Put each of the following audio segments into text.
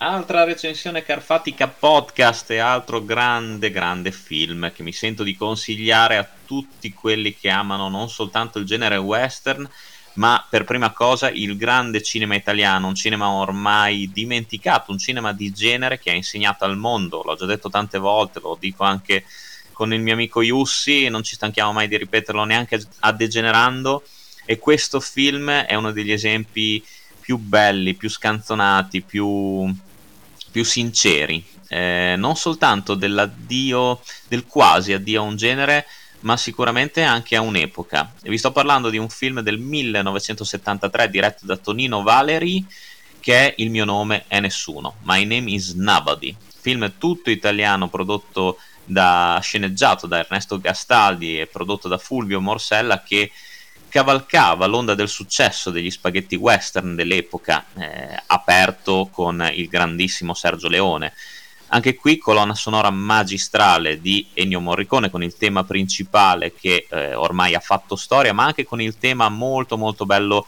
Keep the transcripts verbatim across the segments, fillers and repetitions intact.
Altra recensione Carfatica Podcast e altro grande grande film che mi sento di consigliare a tutti quelli che amano non soltanto il genere western, ma per prima cosa il grande cinema italiano, un cinema ormai dimenticato, un cinema di genere che ha insegnato al mondo, l'ho già detto tante volte, lo dico anche con il mio amico Yussi, non ci stanchiamo mai di ripeterlo neanche a Degenerando, e questo film è uno degli esempi più belli, più scanzonati, più, più sinceri, eh, non soltanto dell'addio, del quasi addio a un genere, ma sicuramente anche a un'epoca. E vi sto parlando di un film del millenovecentosettantatré diretto da Tonino Valeri, che è Il mio nome è nessuno, My Name is Nobody, film tutto italiano prodotto da sceneggiato da Ernesto Gastaldi e prodotto da Fulvio Morsella, che cavalcava l'onda del successo degli spaghetti western dell'epoca, eh, aperto con il grandissimo Sergio Leone. Anche qui colonna sonora magistrale di Ennio Morricone, con il tema principale che eh, ormai ha fatto storia, ma anche con il tema molto molto bello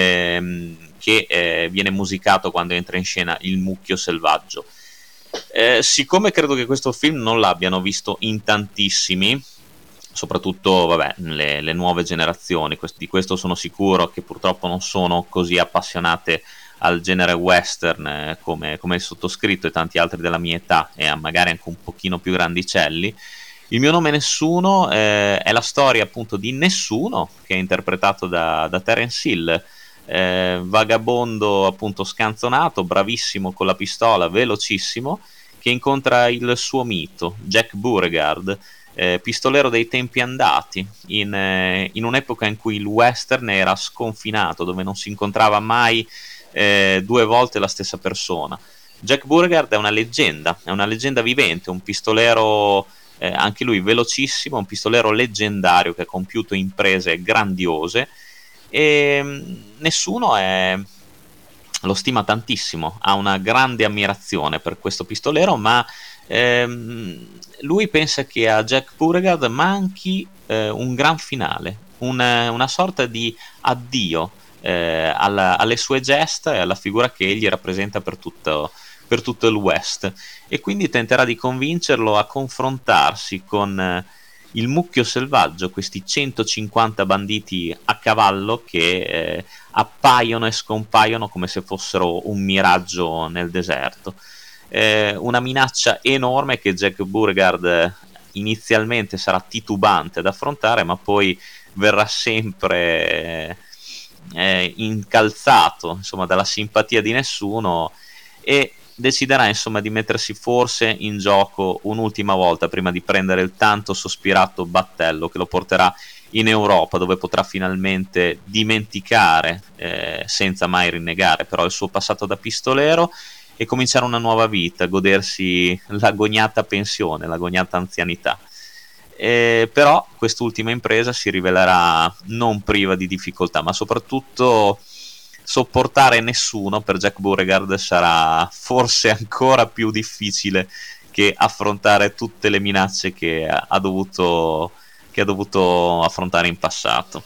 ehm, che eh, viene musicato quando entra in scena il mucchio selvaggio. Eh, siccome credo che questo film non l'abbiano visto in tantissimi, soprattutto vabbè, le, le nuove generazioni, quest- di questo sono sicuro, che purtroppo non sono così appassionate al genere western eh, come, come il sottoscritto e tanti altri della mia età, e magari anche un pochino più grandicelli. Il mio nome è Nessuno eh, è la storia appunto di Nessuno, che è interpretato da, da Terence Hill, eh, vagabondo appunto scanzonato, bravissimo con la pistola, velocissimo, che incontra il suo mito, Jack Beauregard, eh, pistolero dei tempi andati, in, eh, in un'epoca in cui il western era sconfinato, dove non si incontrava mai eh, due volte la stessa persona. Jack Beauregard è una leggenda, è una leggenda vivente, un pistolero eh, anche lui velocissimo, un pistolero leggendario che ha compiuto imprese grandiose, e mh, nessuno è... lo stima tantissimo, ha una grande ammirazione per questo pistolero, ma ehm, lui pensa che a Jack Beauregard manchi eh, un gran finale, un, una sorta di addio eh, alla, alle sue gesta e alla figura che egli rappresenta per tutto, per tutto il West, e quindi tenterà di convincerlo a confrontarsi con eh, il mucchio selvaggio, questi centocinquanta banditi a cavallo che eh, appaiono e scompaiono come se fossero un miraggio nel deserto. Eh, una minaccia enorme che Jack Beauregard inizialmente sarà titubante ad affrontare, ma poi verrà sempre eh, incalzato, insomma, dalla simpatia di Nessuno, e deciderà insomma di mettersi forse in gioco un'ultima volta prima di prendere il tanto sospirato battello che lo porterà in Europa, dove potrà finalmente dimenticare eh, senza mai rinnegare però il suo passato da pistolero e cominciare una nuova vita, godersi l'agognata pensione, l'agognata anzianità. Eh, però quest'ultima impresa si rivelerà non priva di difficoltà, ma soprattutto sopportare Nessuno per Jack Beauregard sarà forse ancora più difficile che affrontare tutte le minacce che ha dovuto, che ha dovuto affrontare in passato.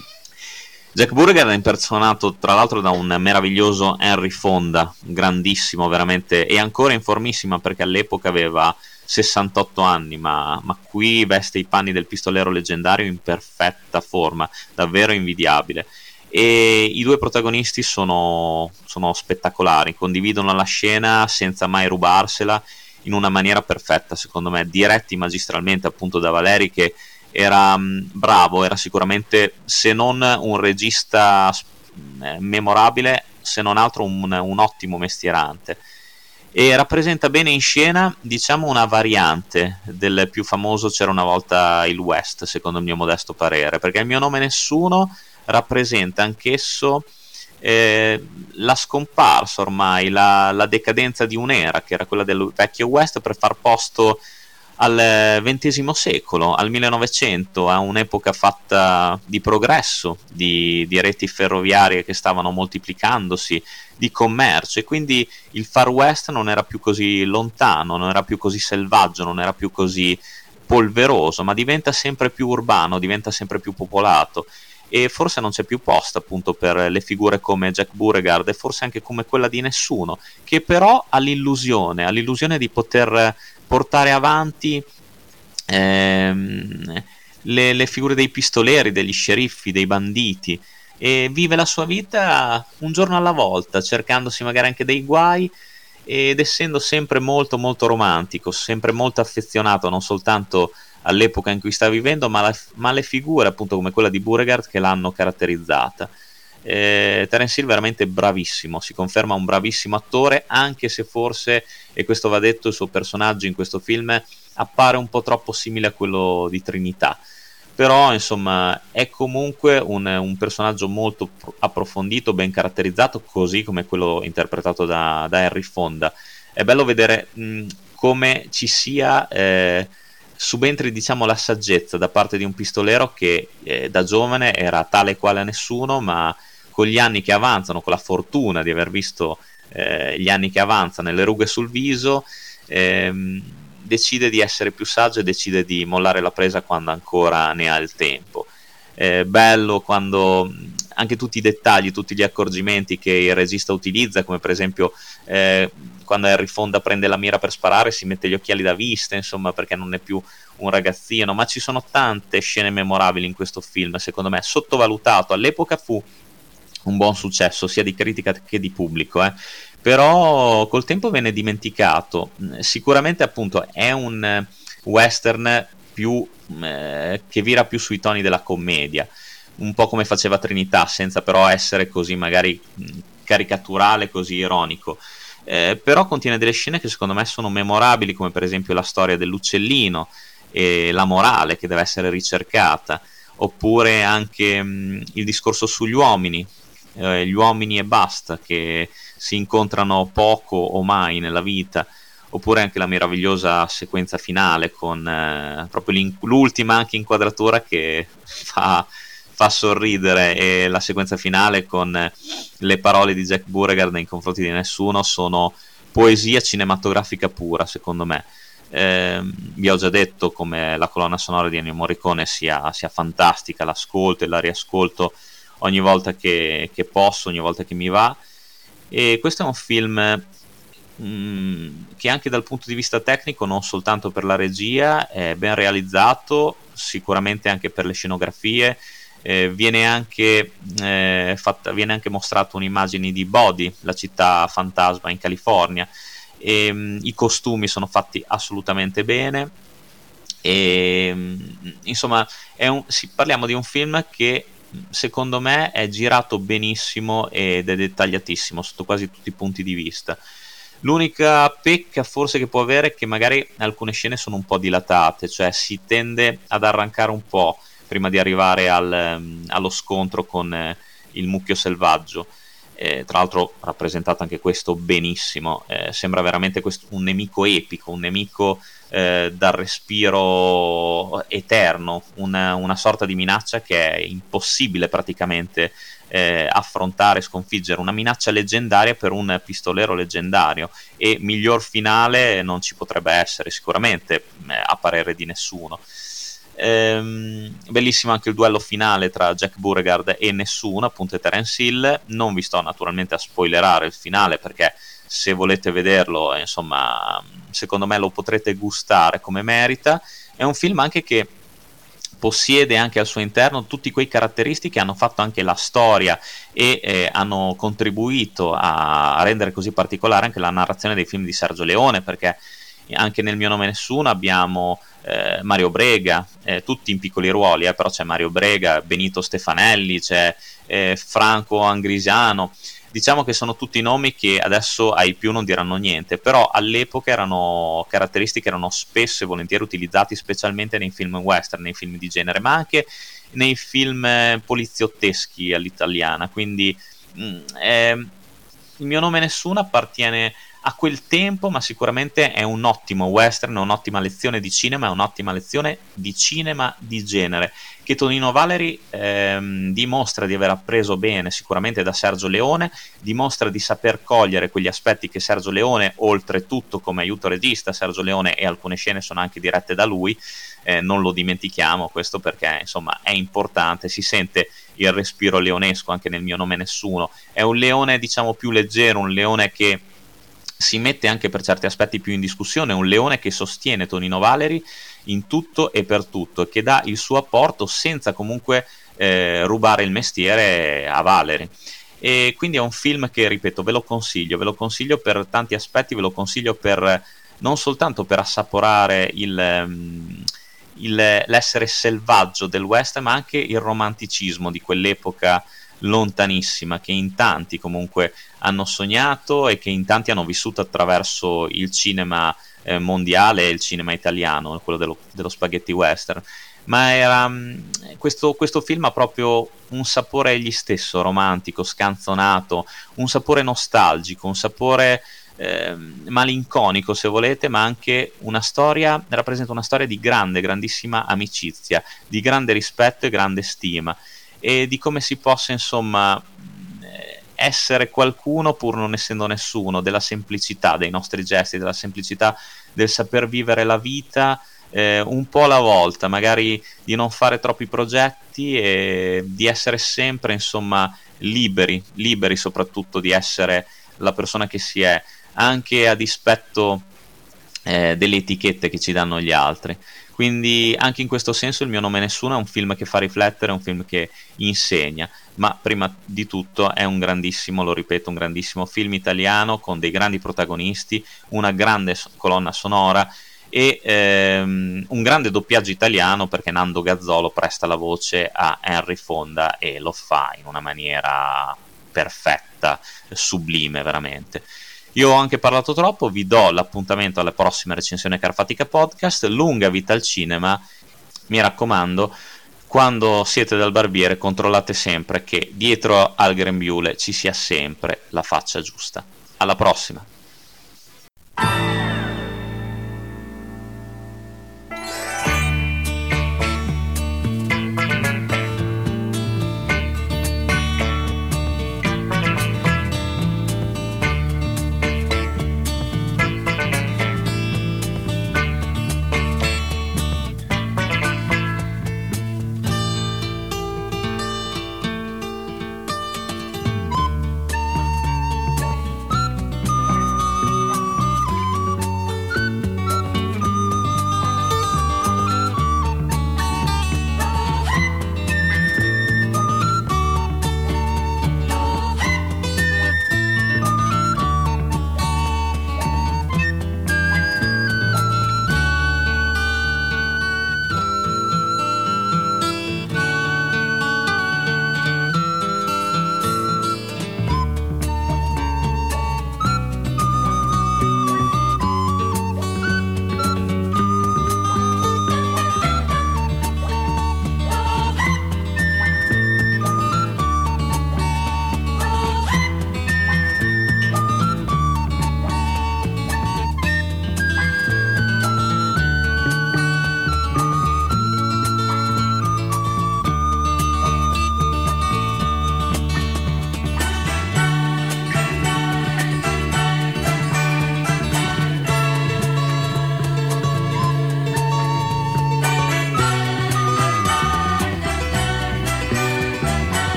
Jack Beauregard è impersonato tra l'altro da un meraviglioso Henry Fonda, grandissimo veramente, e ancora in formissima perché all'epoca aveva sessantotto anni, ma, ma qui veste i panni del pistolero leggendario in perfetta forma, davvero invidiabile. E i due protagonisti sono, sono spettacolari, condividono la scena senza mai rubarsela, in una maniera perfetta secondo me, diretti magistralmente appunto da Valeri, che era mh, bravo, era sicuramente, se non un regista eh, memorabile, se non altro un, un ottimo mestierante, e rappresenta bene in scena, diciamo, una variante del più famoso C'era una volta il West, secondo il mio modesto parere, perché Il mio nome è Nessuno rappresenta anch'esso eh, la scomparsa ormai, la, la decadenza di un'era che era quella del vecchio West, per far posto al ventesimo secolo, al millenovecento, a un'epoca fatta di progresso, di, di reti ferroviarie che stavano moltiplicandosi, di commercio, e quindi il Far West non era più così lontano, non era più così selvaggio, non era più così polveroso, ma diventa sempre più urbano, diventa sempre più popolato. e forse non c'è più posto appunto per le figure come Jack Beauregard e forse anche come quella di Nessuno, che però ha l'illusione, ha l'illusione di poter portare avanti ehm, le, le figure dei pistoleri, degli sceriffi, dei banditi, e vive la sua vita un giorno alla volta, cercandosi magari anche dei guai ed essendo sempre molto molto romantico, sempre molto affezionato non soltanto all'epoca in cui sta vivendo, ma, la, ma alle figure appunto come quella di Beauregard che l'hanno caratterizzata. Eh, Terence Hill veramente bravissimo, si conferma un bravissimo attore, anche se forse, e questo va detto, il suo personaggio in questo film appare un po' troppo simile a quello di Trinità, però insomma è comunque un, un personaggio molto approfondito, ben caratterizzato, così come quello interpretato da, da Henry Fonda. È bello vedere mh, come ci sia eh, subentri diciamo la saggezza da parte di un pistolero che eh, da giovane era tale e quale a nessuno, ma con gli anni che avanzano, con la fortuna di aver visto eh, gli anni che avanzano e le rughe sul viso, ehm, decide di essere più saggio e decide di mollare la presa quando ancora ne ha il tempo. È bello quando anche tutti i dettagli, tutti gli accorgimenti che il regista utilizza, come per esempio eh, quando Henry Fonda prende la mira per sparare si mette gli occhiali da vista, insomma, perché non è più un ragazzino, ma ci sono tante scene memorabili in questo film, secondo me sottovalutato. All'epoca fu un buon successo sia di critica che di pubblico, eh. Però col tempo venne dimenticato. Sicuramente appunto è un western più eh, che vira più sui toni della commedia, un po' come faceva Trinità, senza però essere così magari caricaturale, così ironico. Eh, però contiene delle scene che secondo me sono memorabili, come per esempio la storia dell'uccellino e la morale che deve essere ricercata, oppure anche mh, il discorso sugli uomini, eh, gli uomini e basta, che si incontrano poco o mai nella vita, oppure anche la meravigliosa sequenza finale con eh, proprio l'ultima anche inquadratura che fa, fa sorridere, e la sequenza finale con eh, le parole di Jack Beauregard nei confronti di Nessuno sono poesia cinematografica pura, secondo me. Eh, vi ho già detto come la colonna sonora di Ennio Morricone sia, sia fantastica, l'ascolto e la riascolto ogni volta che, che posso, ogni volta che mi va, e questo è un film mh, che anche dal punto di vista tecnico, non soltanto per la regia, è ben realizzato, sicuramente anche per le scenografie. Eh, viene, anche, eh, fatta, viene anche mostrato un'immagine di Body, la città fantasma in California, e mh, i costumi sono fatti assolutamente bene, e mh, insomma è un, sì, parliamo di un film che secondo me è girato benissimo ed è dettagliatissimo sotto quasi tutti i punti di vista. L'unica pecca forse che può avere è che magari alcune scene sono un po' dilatate, cioè si tende ad arrancare un po' prima di arrivare al, allo scontro con eh, il mucchio selvaggio. Eh, tra l'altro rappresentato anche questo benissimo, eh, sembra veramente questo, un nemico epico, un nemico eh, dal respiro eterno, una, una sorta di minaccia che è impossibile praticamente eh, affrontare, sconfiggere, una minaccia leggendaria per un pistolero leggendario, e miglior finale non ci potrebbe essere sicuramente eh, a parere di nessuno. Ehm, bellissimo anche il duello finale tra Jack Beauregard e Nessuno, appunto, e Terence Hill. Non vi sto naturalmente a spoilerare il finale, perché se volete vederlo, insomma, secondo me lo potrete gustare come merita. È un film anche che possiede anche al suo interno tutti quei caratteristici che hanno fatto anche la storia e eh, hanno contribuito a rendere così particolare anche la narrazione dei film di Sergio Leone, perché anche nel Mio nome nessuno abbiamo eh, Mario Brega, eh, tutti in piccoli ruoli, eh, però c'è Mario Brega, Benito Stefanelli, c'è eh, Franco Angrisiano. Diciamo che sono tutti nomi che adesso ai più non diranno niente, però all'epoca erano caratteristiche, erano spesso e volentieri utilizzati, specialmente nei film western, nei film di genere, ma anche nei film eh, poliziotteschi all'italiana. Quindi mh, eh, Il mio nome nessuno appartiene a quel tempo, ma sicuramente è un ottimo western, è un'ottima lezione di cinema, è un'ottima lezione di cinema di genere, che Tonino Valeri ehm, dimostra di aver appreso bene sicuramente da Sergio Leone, dimostra di saper cogliere quegli aspetti che Sergio Leone, oltretutto come aiuto regista, Sergio Leone e alcune scene sono anche dirette da lui, eh, non lo dimentichiamo questo perché insomma è importante, si sente il respiro leonesco anche nel Mio nome nessuno, è un leone diciamo più leggero, un leone che si mette anche per certi aspetti più in discussione, un leone che sostiene Tonino Valeri in tutto e per tutto e che dà il suo apporto senza comunque eh, rubare il mestiere a Valeri. E quindi è un film che, ripeto, ve lo consiglio, ve lo consiglio per tanti aspetti, ve lo consiglio per non soltanto per assaporare il, il, l'essere selvaggio del western, ma anche il romanticismo di quell'epoca lontanissima che in tanti comunque hanno sognato e che in tanti hanno vissuto attraverso il cinema eh, mondiale e il cinema italiano, quello dello, dello spaghetti western. Ma era, questo, questo film ha proprio un sapore egli stesso, romantico, scanzonato, un sapore nostalgico, un sapore eh, malinconico se volete, ma anche una storia, rappresenta una storia di grande, grandissima amicizia, di grande rispetto e grande stima, e di come si possa insomma essere qualcuno pur non essendo nessuno, della semplicità dei nostri gesti, della semplicità del saper vivere la vita eh, un po' alla volta, magari di non fare troppi progetti e di essere sempre insomma liberi, liberi soprattutto di essere la persona che si è, anche a dispetto eh, delle etichette che ci danno gli altri. Quindi anche in questo senso Il mio nome nessuno è un film che fa riflettere, è un film che insegna, ma prima di tutto è un grandissimo, lo ripeto, un grandissimo film italiano con dei grandi protagonisti, una grande colonna sonora e ehm, un grande doppiaggio italiano, perché Nando Gazzolo presta la voce a Henry Fonda e lo fa in una maniera perfetta, sublime veramente. Io ho anche parlato troppo, vi do l'appuntamento alla prossima recensione Carfatica Podcast, lunga vita al cinema, mi raccomando, quando siete dal barbiere controllate sempre che dietro al grembiule ci sia sempre la faccia giusta. Alla prossima!